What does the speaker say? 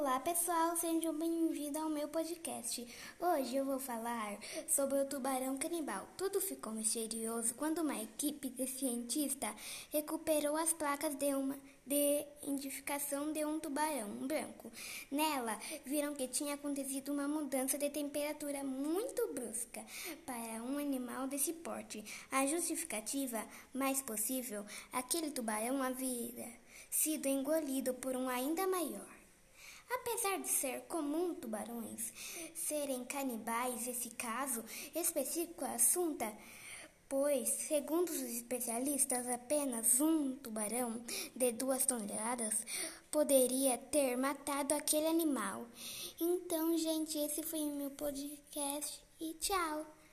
Olá pessoal, sejam bem-vindos ao meu podcast. Hoje eu vou falar sobre o tubarão canibal. Tudo ficou misterioso quando uma equipe de cientistas recuperou as placas de identificação de um tubarão branco. Nela, viram que tinha acontecido uma mudança de temperatura muito brusca para um animal desse porte. A justificativa mais possível, aquele tubarão havia sido engolido por um ainda maior. Apesar de ser comum tubarões serem canibais, esse caso específico assunta, pois, segundo os especialistas, apenas um tubarão de 2 toneladas poderia ter matado aquele animal. Então, gente, esse foi o meu podcast e tchau!